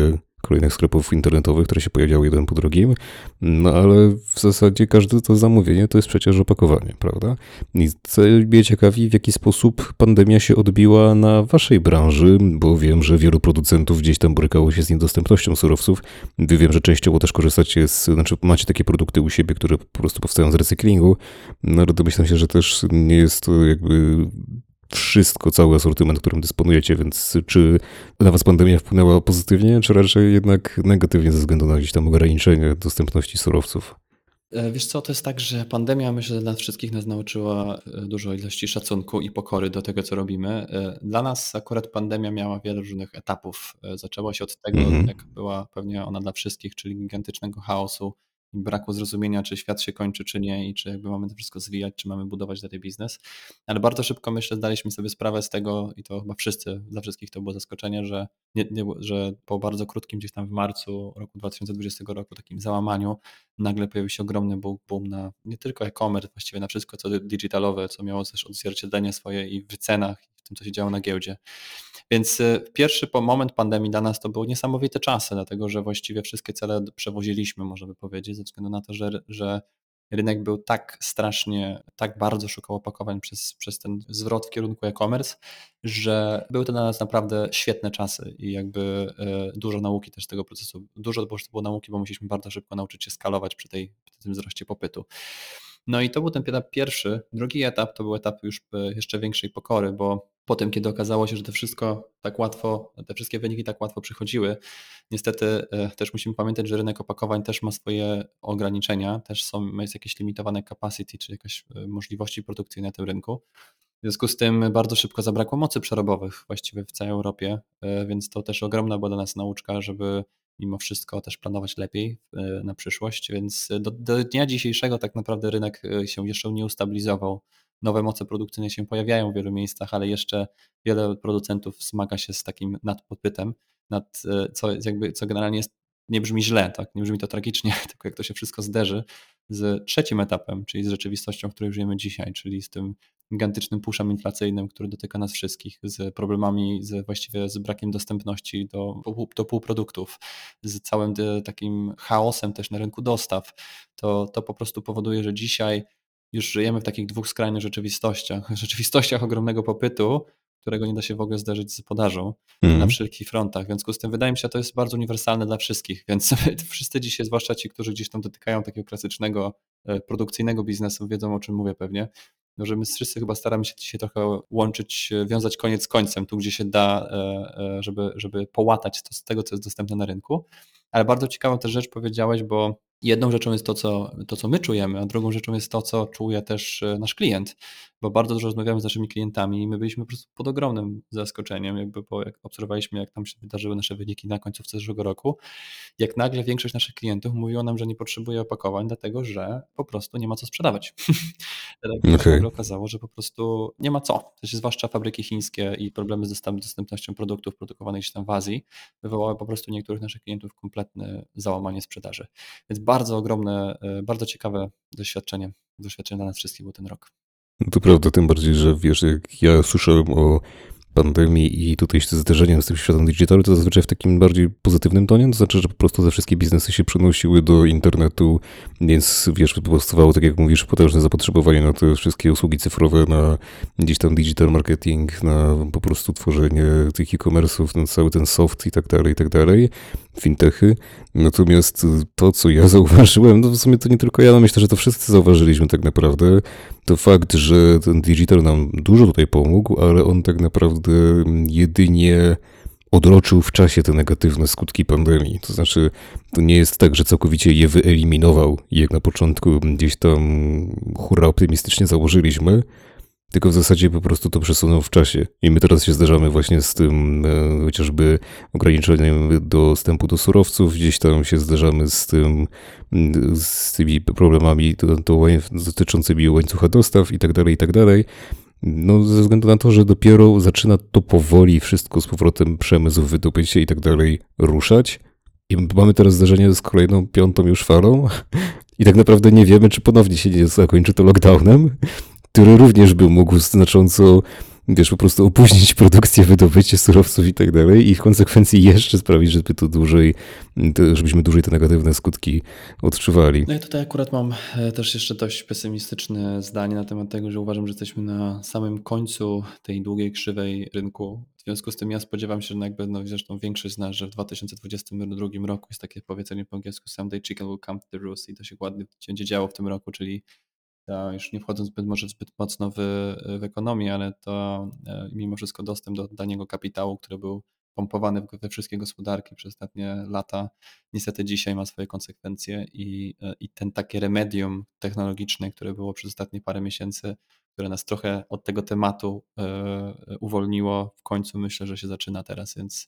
kolejnych sklepów internetowych, które się pojawiały jeden po drugim, no ale w zasadzie każde to zamówienie to jest przecież opakowanie, prawda? I co mnie ciekawi, w jaki sposób pandemia się odbiła na waszej branży, bo wiem, że wielu producentów gdzieś tam borykało się z niedostępnością surowców. Wy wiem, że częściowo też korzystacie z, znaczy macie takie produkty u siebie, które po prostu powstają z recyklingu, no ale domyślam się, że też nie jest to jakby wszystko, cały asortyment, którym dysponujecie, więc czy na was pandemia wpłynęła pozytywnie, czy raczej jednak negatywnie ze względu na gdzieś tam ograniczenie dostępności surowców? E, Wiesz co, to jest tak, że pandemia myślę, że dla wszystkich nas nauczyła e, dużo ilości szacunku i pokory do tego, co robimy. E, Dla nas akurat pandemia miała wiele różnych etapów. E, Zaczęło się od tego, Mhm. jak była pewnie ona dla wszystkich, czyli gigantycznego chaosu i braku zrozumienia, czy świat się kończy, czy nie i czy jakby mamy to wszystko zwijać, czy mamy budować dalej biznes. Ale bardzo szybko myślę, zdaliśmy sobie sprawę z tego i to chyba wszyscy, dla wszystkich to było zaskoczenie, że, nie, nie, że po bardzo krótkim gdzieś tam w marcu roku dwa tysiące dwudziestego roku takim załamaniu nagle pojawił się ogromny bu- boom na nie tylko e-commerce, właściwie na wszystko co digitalowe, co miało też odzwierciedlenie swoje i w cenach, i w tym, co się działo na giełdzie. Więc y, pierwszy po moment pandemii dla nas to były niesamowite czasy, dlatego że właściwie wszystkie cele d- przewoziliśmy, można by powiedzieć, ze względu na to, że, że rynek był tak strasznie, tak bardzo szukał opakowań przez, przez ten zwrot w kierunku e-commerce, że były to dla nas naprawdę świetne czasy i jakby e, dużo nauki też z tego procesu. Dużo było, było nauki, bo musieliśmy bardzo szybko nauczyć się skalować przy, tej, przy tym wzroście popytu. No i to był ten etap pierwszy. Drugi etap to był etap już e, jeszcze większej pokory, bo potem, kiedy okazało się, że to wszystko tak łatwo, te wszystkie wyniki tak łatwo przychodziły, niestety e, też musimy pamiętać, że rynek opakowań też ma swoje ograniczenia, też są, jest jakieś limitowane capacity, czy jakieś e, możliwości produkcyjne na tym rynku. W związku z tym bardzo szybko zabrakło mocy przerobowych właściwie w całej Europie, e, więc to też ogromna była dla nas nauczka, żeby mimo wszystko też planować lepiej e, na przyszłość, więc do, do dnia dzisiejszego tak naprawdę rynek e, się jeszcze nie ustabilizował. Nowe moce produkcyjne się pojawiają w wielu miejscach, ale jeszcze wiele producentów zmaga się z takim nadpopytem, nad, e, co, jakby, co generalnie jest, nie brzmi źle, tak? Nie brzmi to tragicznie, tylko jak to się wszystko zderzy z trzecim etapem, czyli z rzeczywistością, w której żyjemy dzisiaj, czyli z tym gigantycznym puszem inflacyjnym, który dotyka nas wszystkich, z problemami, z właściwie z brakiem dostępności do, do półproduktów, z całym takim chaosem też na rynku dostaw, to, to po prostu powoduje, że dzisiaj już żyjemy w takich dwóch skrajnych rzeczywistościach. Rzeczywistościach ogromnego popytu, którego nie da się w ogóle zderzyć z podażą na Mhm. wszelkich frontach. W związku z tym wydaje mi się, że to jest bardzo uniwersalne dla wszystkich, więc wszyscy dzisiaj, zwłaszcza ci, którzy gdzieś tam dotykają takiego klasycznego e, produkcyjnego biznesu, wiedzą o czym mówię pewnie, no, że my wszyscy chyba staramy się dzisiaj trochę łączyć, e, wiązać koniec z końcem, tu gdzie się da, e, e, żeby, żeby połatać to z tego, co jest dostępne na rynku. Ale bardzo ciekawą też rzecz powiedziałeś, bo jedną rzeczą jest to co, to, co my czujemy, a drugą rzeczą jest to, co czuje też e, nasz klient, bo bardzo dużo rozmawiamy z naszymi klientami i my byliśmy po prostu pod ogromnym zaskoczeniem, jakby bo jak obserwowaliśmy, jak tam się wydarzyły nasze wyniki na końcówce zeszłego roku, jak nagle większość naszych klientów mówiło nam, że nie potrzebuje opakowań, dlatego że po prostu nie ma co sprzedawać. Dlatego, że się Okej. nagle okazało, że po prostu nie ma co. To się zwłaszcza fabryki chińskie i problemy z dostęp- dostępnością produktów produkowanych gdzieś tam w Azji wywołały po prostu niektórych naszych klientów kompletne załamanie sprzedaży. Więc bardzo ogromne, e, bardzo ciekawe doświadczenie, doświadczenie dla nas wszystkich był ten rok. No to prawda, tym bardziej, że wiesz, jak ja słyszałem o pandemii i tutaj z zderzeniem z tym światem digitalu, to zazwyczaj w takim bardziej pozytywnym tonie, to znaczy, że po prostu te wszystkie biznesy się przenosiły do internetu, więc wiesz, powstawało, tak jak mówisz, potężne zapotrzebowanie na te wszystkie usługi cyfrowe, na gdzieś tam digital marketing, na po prostu tworzenie tych e-commerce'ów, na cały ten soft i tak dalej, i tak dalej, fintechy. Natomiast to, co ja zauważyłem, no w sumie to nie tylko ja, no myślę, że to wszyscy zauważyliśmy tak naprawdę, to fakt, że ten digital nam dużo tutaj pomógł, ale on tak naprawdę jedynie odroczył w czasie te negatywne skutki pandemii. To znaczy, to nie jest tak, że całkowicie je wyeliminował, jak na początku gdzieś tam hurra optymistycznie założyliśmy, tylko w zasadzie po prostu to przesunął w czasie. I my teraz się zderzamy właśnie z tym e, chociażby ograniczeniem dostępu do surowców, gdzieś tam się zderzamy z tym, m, z tymi problemami do, do, łań- dotyczącymi łańcucha dostaw i tak dalej, i tak dalej. No ze względu na to, że dopiero zaczyna to powoli wszystko z powrotem przemysł, wydobycie i tak dalej ruszać. I mamy teraz zdarzenie z kolejną piątą już falą i tak naprawdę nie wiemy, czy ponownie się nie zakończy to lockdownem, który również by mógł znacząco wiesz, po prostu opóźnić produkcję, wydobycie surowców i tak dalej i w konsekwencji jeszcze sprawić, żeby to dłużej, to, żebyśmy dłużej te negatywne skutki odczuwali. No i tutaj akurat mam e, też jeszcze dość pesymistyczne zdanie na temat tego, że uważam, że jesteśmy na samym końcu tej długiej krzywej rynku. W związku z tym ja spodziewam się, że no jakby, no zresztą większość zna, że w dwa tysiące dwudziestym drugim roku jest takie powiedzenie po angielsku "Someday chicken will come to the roost" i to się ładnie będzie działo w tym roku, czyli ta, już nie wchodząc zbyt, może zbyt mocno w, w ekonomię, ale to e, mimo wszystko dostęp do taniego kapitału, który był pompowany w- we wszystkie gospodarki przez ostatnie lata, niestety dzisiaj ma swoje konsekwencje i, e, i ten takie remedium technologiczne, które było przez ostatnie parę miesięcy, które nas trochę od tego tematu e, uwolniło, w końcu myślę, że się zaczyna teraz, więc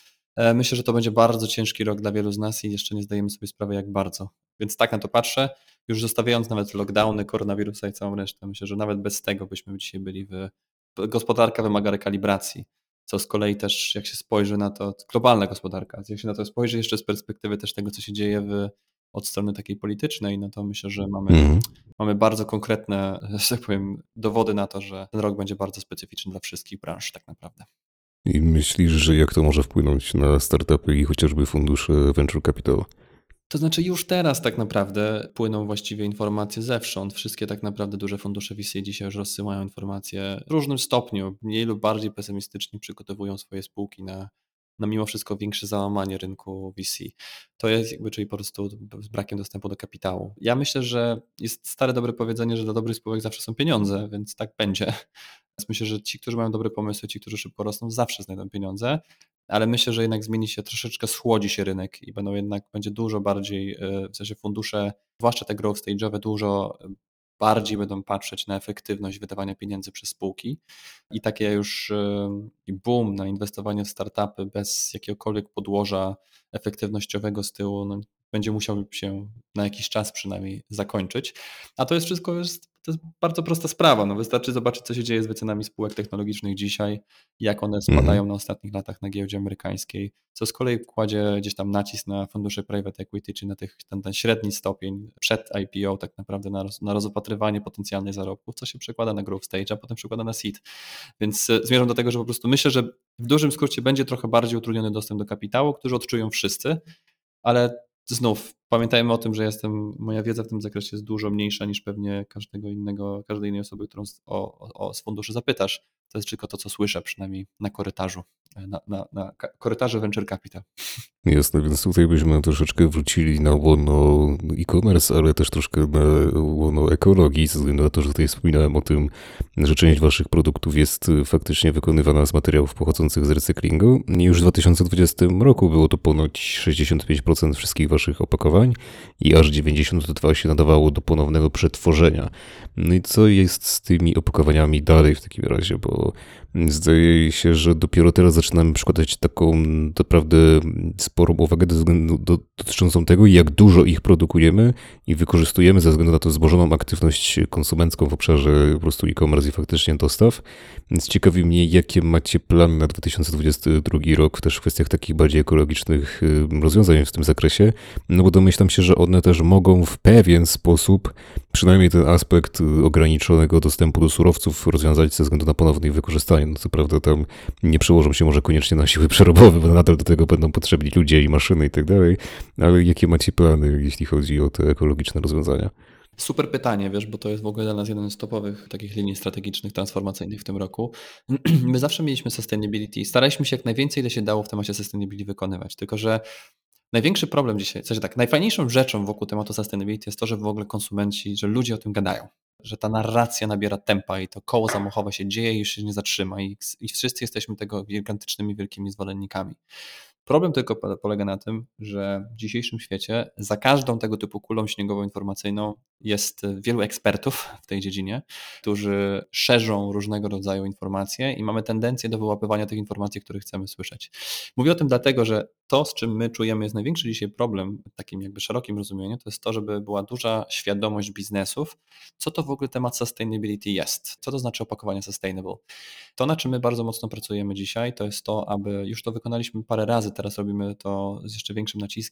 e, myślę, że to będzie bardzo ciężki rok dla wielu z nas i jeszcze nie zdajemy sobie sprawy, jak bardzo. Więc tak na to patrzę. Już zostawiając nawet lockdowny, koronawirusa i całą resztę, myślę, że nawet bez tego byśmy dzisiaj byli w. Gospodarka wymaga rekalibracji, co z kolei też, jak się spojrzy na to, globalna gospodarka, jak się na to spojrzy jeszcze z perspektywy też tego, co się dzieje w, od strony takiej politycznej, no to myślę, że mamy, Mhm. mamy bardzo konkretne, że tak powiem, dowody na to, że ten rok będzie bardzo specyficzny dla wszystkich branż tak naprawdę. I myślisz, że jak to może wpłynąć na startupy i chociażby fundusze venture capital? To znaczy już teraz tak naprawdę płyną właściwie informacje zewsząd. Wszystkie tak naprawdę duże fundusze V C dzisiaj już rozsyłają informacje w różnym stopniu, mniej lub bardziej pesymistycznie przygotowują swoje spółki na, na mimo wszystko większe załamanie rynku V C. To jest jakby, czyli po prostu z brakiem dostępu do kapitału. Ja myślę, że jest stare dobre powiedzenie, że dla dobrych spółek zawsze są pieniądze, więc tak będzie. Więc myślę, że ci, którzy mają dobre pomysły, ci, którzy szybko rosną, zawsze znajdą pieniądze, ale myślę, że jednak zmieni się, troszeczkę schłodzi się rynek i będą jednak, będzie dużo bardziej, e, w sensie fundusze, zwłaszcza te growth stage'owe, dużo e, bardziej będą patrzeć na efektywność wydawania pieniędzy przez spółki i takie już e, i boom na inwestowanie w startupy bez jakiegokolwiek podłoża efektywnościowego z tyłu, no, będzie musiał się na jakiś czas przynajmniej zakończyć. A to jest wszystko, jest, to jest bardzo prosta sprawa. No, wystarczy zobaczyć, co się dzieje z wycenami spółek technologicznych dzisiaj, jak one Mhm. spadają na ostatnich latach na giełdzie amerykańskiej, co z kolei kładzie gdzieś tam nacisk na fundusze private equity, czy na tych, ten, ten średni stopień przed I P O tak naprawdę na, roz, na rozpatrywanie potencjalnych zarobków, co się przekłada na growth stage, a potem przekłada na seed. Więc e, zmierzam do tego, że po prostu myślę, że w dużym skrócie będzie trochę bardziej utrudniony dostęp do kapitału, który odczują wszyscy, ale znów pamiętajmy o tym, że jestem, moja wiedza w tym zakresie jest dużo mniejsza niż pewnie każdego innego, każdej innej osoby, którą z, o, o, o z funduszy zapytasz. To jest tylko to, co słyszę, przynajmniej na korytarzu, na, na, na ka- korytarze Venture Capital. Jasne, więc tutaj byśmy troszeczkę wrócili na łono e-commerce, ale też troszkę na łono ekologii, ze względu na to, że tutaj wspominałem o tym, że część waszych produktów jest faktycznie wykonywana z materiałów pochodzących z recyklingu. I już w dwa tysiące dwudziestym roku było to ponoć sześćdziesiąt pięć procent wszystkich waszych opakowań i aż dziewięćdziesiąt dwa procent się nadawało do ponownego przetworzenia. No i co jest z tymi opakowaniami dalej w takim razie, bo zdaje się, że dopiero teraz zaczynamy przykładać taką naprawdę sporą uwagę do względu, do, dotyczącą tego, jak dużo ich produkujemy i wykorzystujemy ze względu na to wzmożoną aktywność konsumencką w obszarze po prostu e-commerce i faktycznie dostaw. Więc ciekawi mnie, jakie macie plany na dwa tysiące dwudziesty drugi rok też w kwestiach takich bardziej ekologicznych y, rozwiązań w tym zakresie, no bo domyślam się, że one też mogą w pewien sposób przynajmniej ten aspekt y, ograniczonego dostępu do surowców rozwiązać ze względu na ponowne ich wykorzystanie. No co prawda tam nie przełożą się może koniecznie na siły przerobowe, bo nadal do tego będą potrzebni ludzie i maszyny i tak dalej, ale jakie macie plany, jeśli chodzi o te ekologiczne rozwiązania? Super pytanie, wiesz, bo to jest w ogóle dla nas jeden z topowych takich linii strategicznych, transformacyjnych w tym roku. My zawsze mieliśmy sustainability. Staraliśmy się jak najwięcej, ile się dało w temacie sustainability wykonywać. Tylko że największy problem dzisiaj, w sensie tak, najfajniejszą rzeczą wokół tematu sustainability jest to, że w ogóle konsumenci, że ludzie o tym gadają. Że ta narracja nabiera tempa i to koło zamuchowe się dzieje i już się nie zatrzyma. I, i wszyscy jesteśmy tego gigantycznymi, wielkimi zwolennikami. Problem tylko po- polega na tym, że w dzisiejszym świecie za każdą tego typu kulą śniegową informacyjną jest wielu ekspertów w tej dziedzinie, którzy szerzą różnego rodzaju informacje i mamy tendencję do wyłapywania tych informacji, które chcemy słyszeć. Mówię o tym dlatego, że to, z czym my czujemy, jest największy dzisiaj problem, w takim jakby szerokim rozumieniu, to jest to, żeby była duża świadomość biznesów, co to w ogóle temat sustainability jest, co to znaczy opakowanie sustainable. To, na czym my bardzo mocno pracujemy dzisiaj, to jest to, aby już to wykonaliśmy parę razy, teraz robimy to z jeszcze większym naciskiem,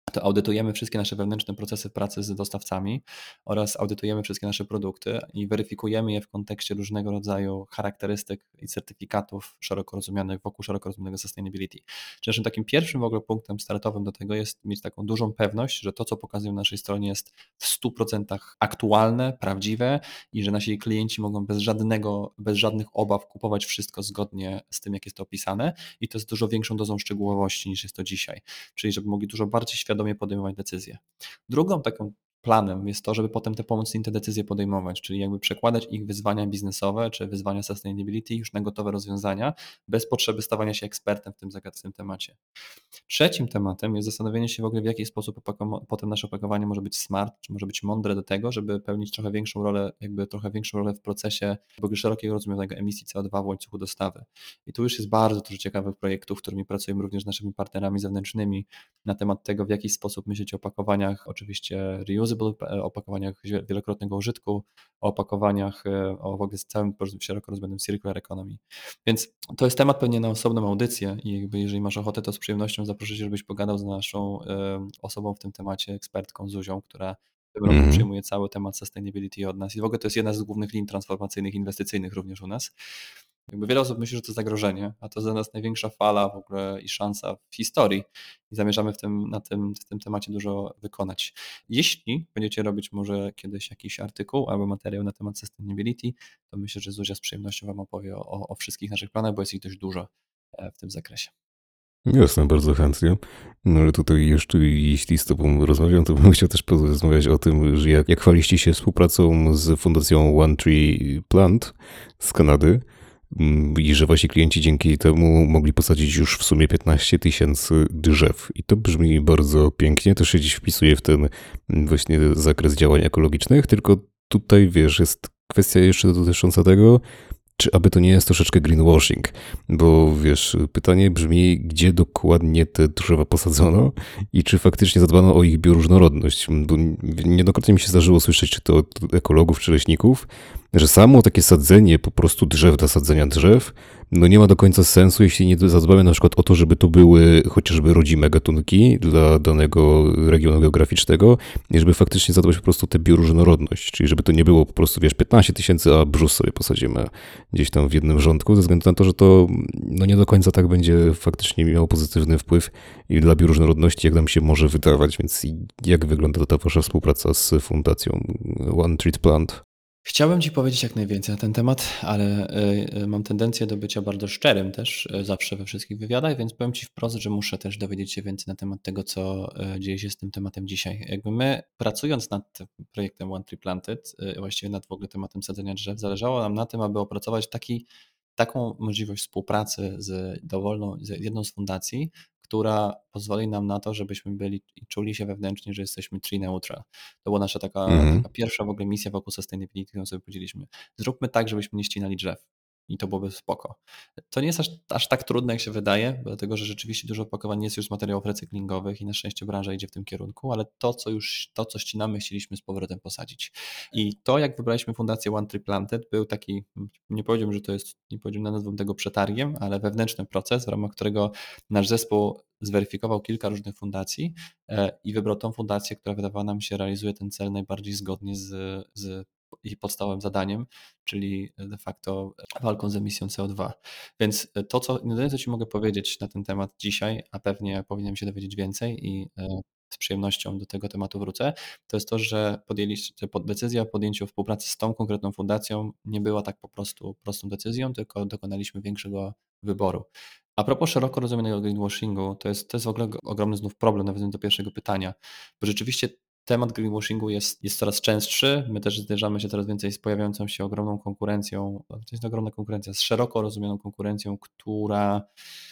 to audytujemy wszystkie nasze wewnętrzne procesy pracy z dostawcami oraz audytujemy wszystkie nasze produkty i weryfikujemy je w kontekście różnego rodzaju charakterystyk i certyfikatów szeroko rozumianych wokół szeroko rozumianego sustainability. Czyli naszym takim pierwszym w ogóle punktem startowym do tego jest mieć taką dużą pewność, że to, co pokazują na naszej stronie, jest w stu procentach aktualne, prawdziwe i że nasi klienci mogą bez żadnego, bez żadnych obaw kupować wszystko zgodnie z tym, jak jest to opisane, i to z dużo większą dozą szczegółowości niż jest to dzisiaj. Czyli żeby mogli dużo bardziej świadomie podejmować decyzje. Drugą taką planem jest to, żeby potem te pomóc im te decyzje podejmować, czyli jakby przekładać ich wyzwania biznesowe czy wyzwania sustainability już na gotowe rozwiązania, bez potrzeby stawania się ekspertem w tym zagadnieniu temacie. Trzecim tematem jest zastanowienie się w ogóle, w jaki sposób opako- potem nasze opakowanie może być smart, czy może być mądre do tego, żeby pełnić trochę większą rolę, jakby trochę większą rolę w procesie w ogóle szerokiego rozumianego emisji C O dwa w łańcuchu dostawy. I tu już jest bardzo dużo ciekawych projektów, którymi pracujemy również z naszymi partnerami zewnętrznymi na temat tego, w jaki sposób myśleć o opakowaniach, oczywiście reusable, e, opakowaniach wielokrotnego użytku, o opakowaniach, e, o w ogóle z całym szeroko rozumianym circular economy. Więc to jest temat pewnie na osobną audycję i jakby jeżeli masz ochotę, to z przyjemnością zaproszę cię, żebyś pogadał z naszą e, osobą w tym temacie, ekspertką Zuzią, która w tym roku Mhm. przyjmuje cały temat sustainability od nas. I w ogóle to jest jedna z głównych linii transformacyjnych, inwestycyjnych również u nas. Jakby wiele osób myśli, że to zagrożenie, a to dla nas największa fala w ogóle i szansa w historii. I zamierzamy w tym, na tym, w tym temacie dużo wykonać. Jeśli będziecie robić może kiedyś jakiś artykuł albo materiał na temat sustainability, to myślę, że Zuzia z przyjemnością Wam opowie o, o wszystkich naszych planach, bo jest ich dość dużo e, w tym zakresie. Jasne, bardzo chętnie. No ale tutaj jeszcze, jeśli z tobą rozmawiam, to bym chciał też porozmawiać o tym, że jak, jak chwaliście się współpracą z fundacją One Tree Plant z Kanady mm, i że wasi klienci dzięki temu mogli posadzić już w sumie piętnaście tysięcy drzew. I to brzmi bardzo pięknie, też się dziś wpisuje w ten mm, właśnie zakres działań ekologicznych, tylko tutaj, wiesz, jest kwestia jeszcze dotycząca tego, czy aby to nie jest troszeczkę greenwashing? Bo wiesz, pytanie brzmi, gdzie dokładnie te drzewa posadzono i czy faktycznie zadbano o ich bioróżnorodność? Bo niejednokrotnie mi się zdarzyło słyszeć, czy to od ekologów, czy leśników, że samo takie sadzenie po prostu drzew dla sadzenia drzew, no nie ma do końca sensu, jeśli nie zadbamy na przykład o to, żeby to były chociażby rodzime gatunki dla danego regionu geograficznego, i żeby faktycznie zadbać po prostu o tę bioróżnorodność, czyli żeby to nie było po prostu, wiesz, piętnaście tysięcy, a brzus sobie posadzimy gdzieś tam w jednym rządku, ze względu na to, że to no nie do końca tak będzie faktycznie miało pozytywny wpływ i dla bioróżnorodności, jak nam się może wydawać. Więc jak wygląda ta wasza współpraca z fundacją One Tree Plant? Chciałbym Ci powiedzieć jak najwięcej na ten temat, ale y, y, mam tendencję do bycia bardzo szczerym też y, zawsze we wszystkich wywiadach, więc powiem Ci wprost, że muszę też dowiedzieć się więcej na temat tego, co y, dzieje się z tym tematem dzisiaj. Jakby my pracując nad tym projektem One Tree Planted, y, właściwie nad w ogóle tematem sadzenia drzew, zależało nam na tym, aby opracować taki, taką możliwość współpracy z dowolną, z jedną z fundacji, która pozwoli nam na to, żebyśmy byli i czuli się wewnętrznie, że jesteśmy tree neutral. To była nasza taka, Mhm. taka pierwsza w ogóle misja wokół sustainability, którą sobie powiedzieliśmy. Zróbmy tak, żebyśmy nie ścinali drzew. I to byłoby spoko. To nie jest aż, aż tak trudne, jak się wydaje, dlatego że rzeczywiście dużo opakowań jest już z materiałów recyklingowych i na szczęście branża idzie w tym kierunku, ale to, co już, to, co ścinamy, chcieliśmy z powrotem posadzić. I to, jak wybraliśmy fundację One Tree Planted, był taki, nie powiedziałbym, że to jest, nie powiedziałbym, nazwę tego przetargiem, ale wewnętrzny proces, w ramach którego nasz zespół zweryfikował kilka różnych fundacji e, i wybrał tą fundację, która wydawała nam się realizuje ten cel najbardziej zgodnie z, z jej podstawowym zadaniem, czyli de facto walką z emisją C O dwa. Więc to, co, jedyne, co Ci mogę powiedzieć na ten temat dzisiaj, a pewnie powinienem się dowiedzieć więcej i e, z przyjemnością do tego tematu wrócę, to jest to, że podjęliście, decyzja o podjęciu współpracy z tą konkretną fundacją nie była tak po prostu prostą decyzją, tylko dokonaliśmy większego wyboru. A propos szeroko rozumianego greenwashingu, to jest, to jest w ogóle ogromny znów problem, nawiązując do pierwszego pytania, bo rzeczywiście temat greenwashingu jest, jest coraz częstszy. My też zderzamy się coraz więcej z pojawiającą się ogromną konkurencją, to jest ogromna konkurencja, z szeroko rozumianą konkurencją, która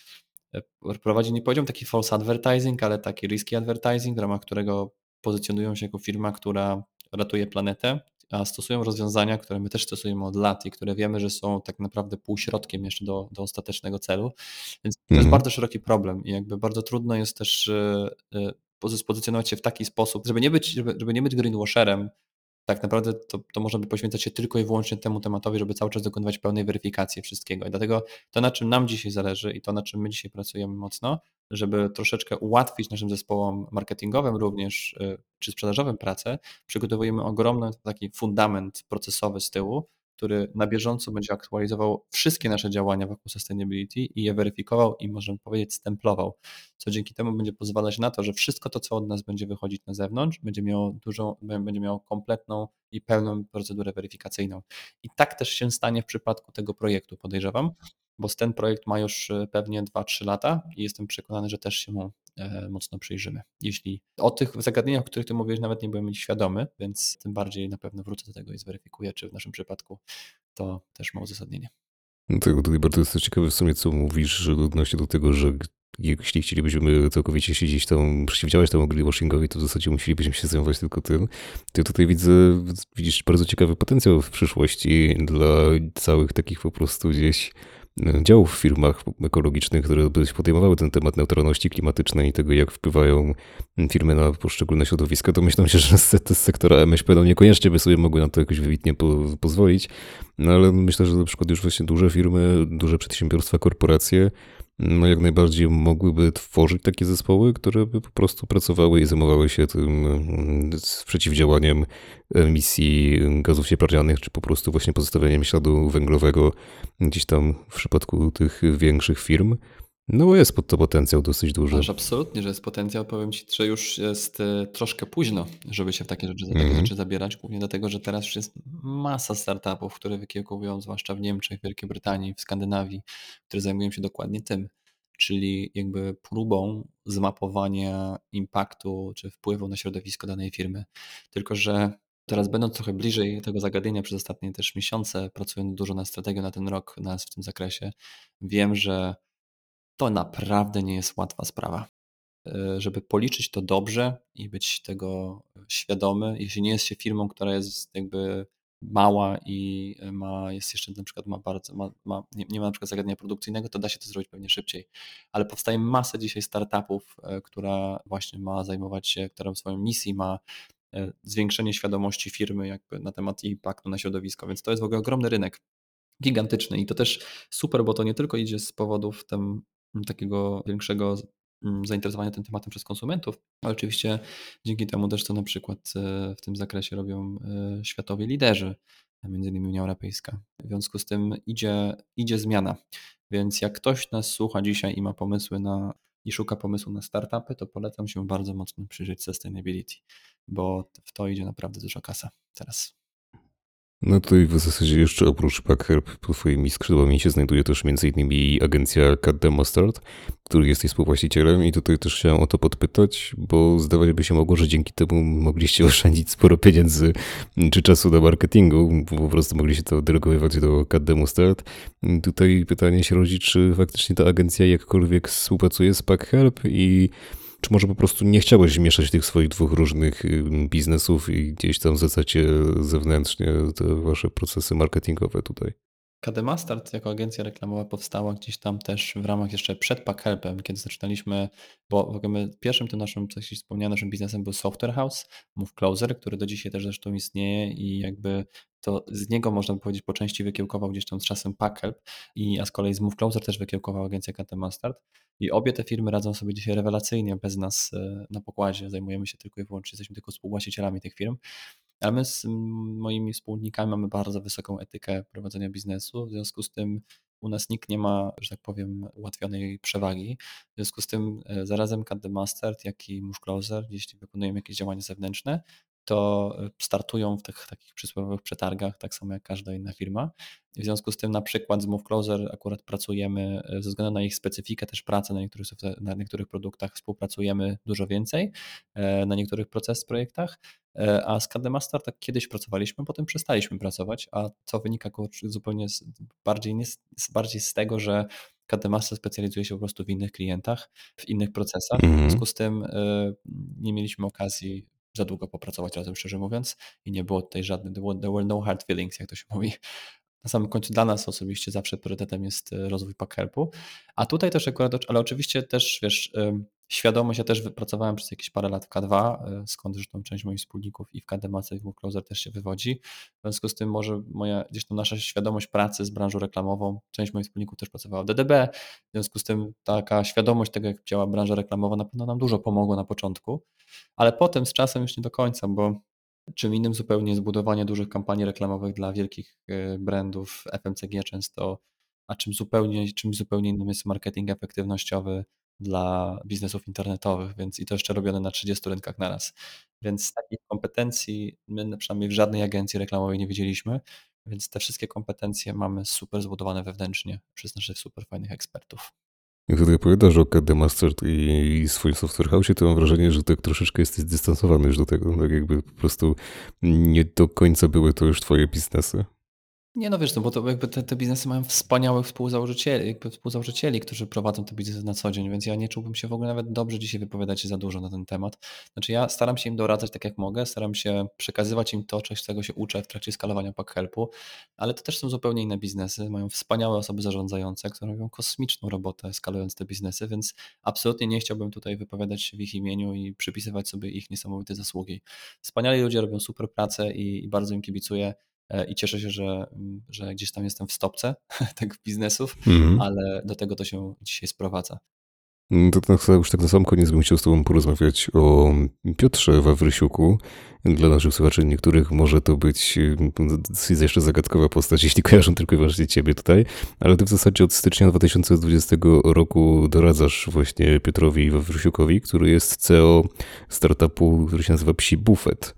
prowadzi, nie powiedziałbym taki false advertising, ale taki risky advertising, w ramach którego pozycjonują się jako firma, która ratuje planetę, a stosują rozwiązania, które my też stosujemy od lat i które wiemy, że są tak naprawdę półśrodkiem jeszcze do, do ostatecznego celu. Więc to jest Mhm. bardzo szeroki problem i jakby bardzo trudno jest też e, e, pozy- spozycjonować się w taki sposób, żeby nie być, żeby, żeby nie być greenwasherem, tak naprawdę to to można by poświęcać się tylko i wyłącznie temu tematowi, żeby cały czas dokonywać pełnej weryfikacji wszystkiego. I dlatego to, na czym nam dzisiaj zależy i to, na czym my dzisiaj pracujemy mocno, żeby troszeczkę ułatwić naszym zespołom marketingowym również, y, czy sprzedażowym pracę, przygotowujemy ogromny taki fundament procesowy z tyłu, który na bieżąco będzie aktualizował wszystkie nasze działania wokół sustainability i je weryfikował i możemy powiedzieć stemplował, co dzięki temu będzie pozwalać na to, że wszystko to, co od nas będzie wychodzić na zewnątrz, będzie miało dużą, będzie miało kompletną i pełną procedurę weryfikacyjną. I tak też się stanie w przypadku tego projektu, podejrzewam, bo ten projekt ma już e, pewnie dwa trzy lata i jestem przekonany, że też się mu e, mocno przyjrzymy. Jeśli o tych zagadnieniach, o których ty mówisz, nawet nie byłem mieć świadomy, więc tym bardziej na pewno wrócę do tego i zweryfikuję, czy w naszym przypadku to też ma uzasadnienie. No tak, bo tutaj bardzo jest ciekawe w sumie, co mówisz że odnośnie do tego, że g- jeśli chcielibyśmy całkowicie siedzieć tam, przeciwdziałać temu greenwashingowi, to w zasadzie musielibyśmy się zajmować tylko tym. To ja tutaj widzę, widzisz bardzo ciekawy potencjał w przyszłości dla całych takich po prostu gdzieś e, działów w firmach ekologicznych, które by podejmowały ten temat neutralności klimatycznej i tego, jak wpływają firmy na poszczególne środowiska. To myślę się, że z z sektora M S P no niekoniecznie by sobie mogły na to jakoś wybitnie po, pozwolić. No ale myślę, że na przykład już właśnie duże firmy, duże przedsiębiorstwa, korporacje, no jak najbardziej mogłyby tworzyć takie zespoły, które by po prostu pracowały i zajmowały się tym mm, z przeciwdziałaniem emisji gazów cieplarnianych, czy po prostu właśnie pozostawianiem śladu węglowego gdzieś tam w przypadku tych większych firm. No bo jest pod to potencjał dosyć duży. Masz absolutnie, że jest potencjał. Powiem ci, że już jest e, troszkę późno, żeby się w takie rzeczy, za takie Mhm. rzeczy zabierać. Głównie dlatego, że teraz już jest masa startupów, które wykiełkują, zwłaszcza w Niemczech, Wielkiej Brytanii, w Skandynawii, które zajmują się dokładnie tym, czyli jakby próbą zmapowania impaktu czy wpływu na środowisko danej firmy. Tylko, że teraz będąc trochę bliżej tego zagadnienia przez ostatnie też miesiące, pracując dużo nad strategią na ten rok, nas w tym zakresie, wiem, że to naprawdę nie jest łatwa sprawa. E, żeby policzyć to dobrze i być tego świadomy, jeśli nie jest się firmą, która jest jakby mała i ma, jest jeszcze na przykład ma bardzo, ma, ma, nie, nie ma na przykład zagadnienia produkcyjnego, to da się to zrobić pewnie szybciej. Ale powstaje masa dzisiaj startupów, e, która właśnie ma zajmować się, która w swojej misji ma e, zwiększenie świadomości firmy jakby na temat impaktu na środowisko, więc to jest w ogóle ogromny rynek. Gigantyczny i to też super, bo to nie tylko idzie z powodów tam takiego większego mm, zainteresowania tym tematem przez konsumentów, ale oczywiście dzięki temu też, co na przykład e, w tym zakresie robią e, światowi liderzy, między innymi Unia Europejska. W związku z tym idzie, idzie zmiana. Więc jak ktoś nas słucha dzisiaj i ma pomysły na i szuka pomysłu na startupy, to polecam się bardzo mocno przyjrzeć sustainability, bo w to idzie naprawdę duża kasa teraz. No tutaj w zasadzie jeszcze oprócz Packherb pod twoimi skrzydłami się znajduje też m.in. agencja Cat the Mustard, której jesteś współwłaścicielem i tutaj też chciałem o to podpytać, bo zdawać by się mogło, że dzięki temu mogliście oszczędzić sporo pieniędzy czy czasu na marketingu, bo po prostu mogliście to delegować do Cat the Mustard. I tutaj pytanie się rodzi, czy faktycznie ta agencja jakkolwiek współpracuje z Packherb i czy może po prostu nie chciałeś mieszać tych swoich dwóch różnych y, biznesów i gdzieś tam zlecacie zewnętrznie te wasze procesy marketingowe tutaj? K D Mustard jako agencja reklamowa powstała gdzieś tam też w ramach jeszcze przed PackHelpem, kiedy zaczynaliśmy, bo w ogóle my pierwszym tym naszym, co się wspomniałem, naszym biznesem był Software House, Move Closer, który do dzisiaj też zresztą istnieje i jakby to z niego można by powiedzieć po części wykiełkował gdzieś tam z czasem PackHelp, i, a z kolei z Move Closer też wykiełkował agencja K D Mustard i obie te firmy radzą sobie dzisiaj rewelacyjnie bez nas e, na pokładzie, zajmujemy się tylko i wyłącznie, jesteśmy tylko współwłaścicielami tych firm. Ale my z moimi wspólnikami mamy bardzo wysoką etykę prowadzenia biznesu, w związku z tym u nas nikt nie ma, że tak powiem, ułatwionej przewagi. W związku z tym e, zarazem Cut the Mustard, jak i Move Closer, jeśli wykonują jakieś działania zewnętrzne, to e, startują w tych takich przysłowiowych przetargach, tak samo jak każda inna firma. W związku z tym na przykład z Move Closer akurat pracujemy, e, ze względu na ich specyfikę też pracy na niektórych, software- na niektórych produktach współpracujemy dużo więcej, e, na niektórych proces projektach. E, A z K D Master tak kiedyś pracowaliśmy, potem przestaliśmy pracować, a co wynika kurczę, zupełnie z, bardziej, nie, z, z- bardziej z tego, że K D Master specjalizuje się po prostu w innych klientach, w innych procesach. W Mhm. związku z tym e, nie mieliśmy okazji za długo popracować razem, szczerze mówiąc, i nie było tutaj żadnych, there were there were no hard feelings, jak to się mówi. Na samym końcu dla nas osobiście zawsze priorytetem jest e, rozwój PackHelpu, a tutaj też akurat, ale oczywiście też, wiesz, świadomość, ja też wypracowałem przez jakieś parę lat w K dwa, e, skąd zresztą część moich wspólników i w KDemace i w WooCloser też się wywodzi. W związku z tym może moja gdzieś tam nasza świadomość pracy z branżą reklamową, część moich wspólników też pracowała w D D B, w związku z tym taka świadomość tego, jak działa branża reklamowa, na pewno nam dużo pomogła na początku, ale potem z czasem już nie do końca, bo czym innym zupełnie jest budowanie dużych kampanii reklamowych dla wielkich e, brandów F M C G często, a czym zupełnie, czymś zupełnie innym jest marketing efektywnościowy dla biznesów internetowych, więc i to jeszcze robione na trzydziestu rynkach naraz. Więc takich kompetencji my przynajmniej w żadnej agencji reklamowej nie widzieliśmy, więc te wszystkie kompetencje mamy super zbudowane wewnętrznie przez naszych super fajnych ekspertów. Jak tutaj opowiadasz o K D Master i, i swoim Software House, to mam wrażenie, że tak troszeczkę jesteś zdystansowany już do tego. Tak jakby po prostu nie do końca były to już twoje biznesy. Nie, no wiesz, no bo to jakby te, te biznesy mają wspaniałych współzałożycieli, jakby współzałożycieli, którzy prowadzą te biznesy na co dzień, więc ja nie czułbym się w ogóle nawet dobrze dzisiaj wypowiadać się za dużo na ten temat. Znaczy ja staram się im doradzać tak jak mogę, staram się przekazywać im to, czego się uczę w trakcie skalowania PackHelpu, ale to też są zupełnie inne biznesy, mają wspaniałe osoby zarządzające, które robią kosmiczną robotę skalując te biznesy, więc absolutnie nie chciałbym tutaj wypowiadać się w ich imieniu i przypisywać sobie ich niesamowite zasługi. Wspaniali ludzie robią super pracę i, i bardzo im kibicuję. I cieszę się, że, że gdzieś tam jestem w stopce tych biznesów, Mhm. ale do tego to się dzisiaj sprowadza. To tak, już tak na sam koniec bym chciał z tobą porozmawiać o Piotrze Wawrysiuku. Dla naszych słuchaczy niektórych może to być dosyć jeszcze zagadkowa postać, jeśli kojarzą tylko i wyłącznie ciebie tutaj, ale ty w zasadzie od stycznia dwa tysiące dwudziestego roku doradzasz właśnie Piotrowi Wawrysiukowi, który jest C E O startupu, który się nazywa Psi Bufet.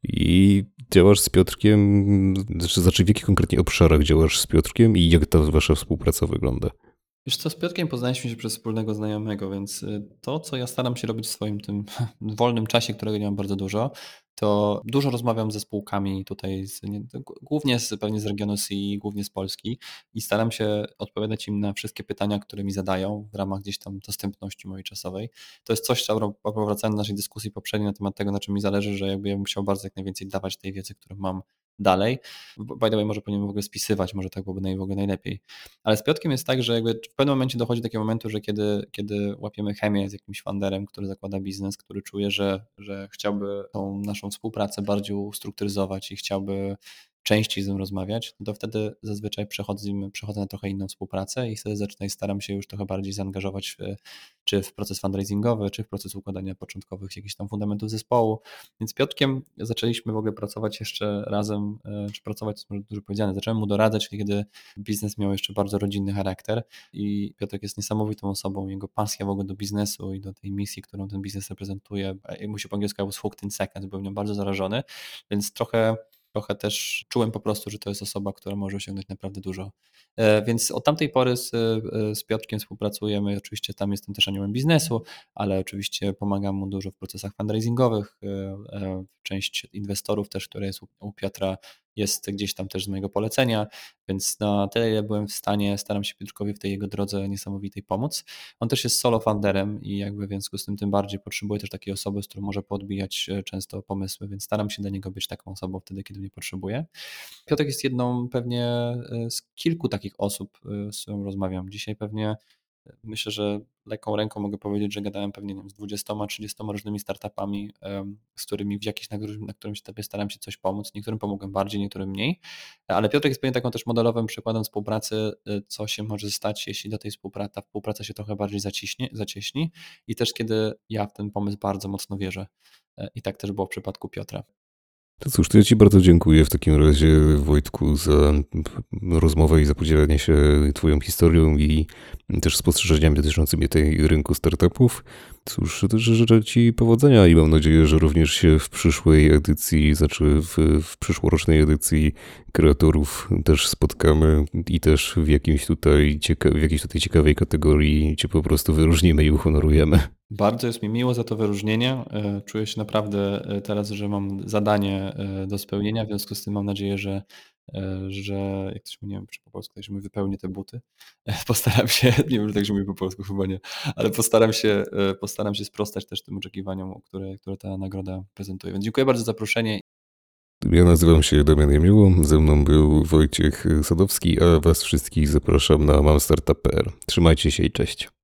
I działasz z Piotrkiem, znaczy w jakich konkretnie obszarach działasz z Piotrkiem i jak ta wasza współpraca wygląda? Wiesz co, z Piotrkiem poznaliśmy się przez wspólnego znajomego, więc y, to, co ja staram się robić w swoim tym wolnym czasie, którego nie mam bardzo dużo, to dużo rozmawiam ze spółkami tutaj, z, nie, głównie z, pewnie z regionu C I, głównie z Polski i staram się odpowiadać im na wszystkie pytania, które mi zadają w ramach gdzieś tam dostępności mojej czasowej. To jest coś, co powracając do naszej dyskusji poprzedniej na temat tego, na czym mi zależy, że jakby ja bym chciał bardzo jak najwięcej dawać tej wiedzy, którą mam dalej. By the way, może powinienem w ogóle spisywać, może tak byłoby naj, w ogóle najlepiej. Ale z Piotrkiem jest tak, że jakby w pewnym momencie dochodzi do takiego momentu, że kiedy, kiedy łapiemy chemię z jakimś founderem, który zakłada biznes, który czuje, że, że chciałby tą naszą współpracę bardziej ustrukturyzować i chciałby częściej z nim rozmawiać, to wtedy zazwyczaj przechodzimy, przechodzę na trochę inną współpracę i wtedy zaczynam, staram się już trochę bardziej zaangażować w, czy w proces fundraisingowy, czy w proces układania początkowych jakichś tam fundamentów zespołu. Więc z Piotrkiem zaczęliśmy w ogóle pracować jeszcze razem, czy pracować, to jest może dużo powiedziane, zacząłem mu doradzać, kiedy biznes miał jeszcze bardzo rodzinny charakter i Piotrek jest niesamowitą osobą, jego pasja w ogóle do biznesu i do tej misji, którą ten biznes reprezentuje, jak mu się po angielsku I was hooked in seconds, byłem nią bardzo zarażony, więc trochę Trochę też czułem po prostu, że to jest osoba, która może osiągnąć naprawdę dużo. Więc od tamtej pory z, z Piotrkiem współpracujemy. Oczywiście tam jestem też aniołem biznesu, ale oczywiście pomagam mu dużo w procesach fundraisingowych. Część inwestorów też, która jest u Piotra, jest gdzieś tam też z mojego polecenia, więc na tyle, ile byłem w stanie, staram się Piotrkowi w tej jego drodze niesamowitej pomóc. On też jest solo founderem i jakby w związku z tym tym bardziej potrzebuje też takiej osoby, z którą może podbijać często pomysły, więc staram się dla niego być taką osobą wtedy, kiedy mnie potrzebuje. Piotrek jest jedną pewnie z kilku takich osób, z którą rozmawiam. Dzisiaj pewnie myślę, że lekką ręką mogę powiedzieć, że gadałem pewnie nie wiem, z dwudziestoma, trzydziestoma różnymi startupami, z którymi w jakiś, na, którym, na którymś etapie staram się coś pomóc. Niektórym pomogłem bardziej, niektórym mniej, ale Piotrek jest pewnie taką też modelowym przykładem współpracy, co się może stać, jeśli do tej współpracy, ta współpraca się trochę bardziej zaciśnie, zacieśni i też kiedy ja w ten pomysł bardzo mocno wierzę. I tak też było w przypadku Piotra. To cóż, to ja Ci bardzo dziękuję w takim razie, Wojtku, za rozmowę i za podzielenie się Twoją historią i też spostrzeżeniami dotyczącymi tej rynku startupów. Cóż, życzę Ci powodzenia i mam nadzieję, że również się w przyszłej edycji, znaczy w, w przyszłorocznej edycji kreatorów też spotkamy i też w jakimś tutaj, cieka- w jakiejś tutaj ciekawej kategorii Cię po prostu wyróżnimy i uhonorujemy. Bardzo jest mi miło za to wyróżnienie. Czuję się naprawdę teraz, że mam zadanie do spełnienia, w związku z tym mam nadzieję, że, że jak to się mówi, nie wiem, czy po polsku tak się mówi, wypełnię te buty. Postaram się, nie wiem, że tak się mówi po polsku, chyba nie, ale postaram się, postaram się sprostać też tym oczekiwaniom, które, które ta nagroda prezentuje. Więc dziękuję bardzo za zaproszenie. Ja nazywam się Damian Jamiło, ze mną był Wojciech Sadowski, a was wszystkich zapraszam na mam startup kropka p l. Trzymajcie się i cześć.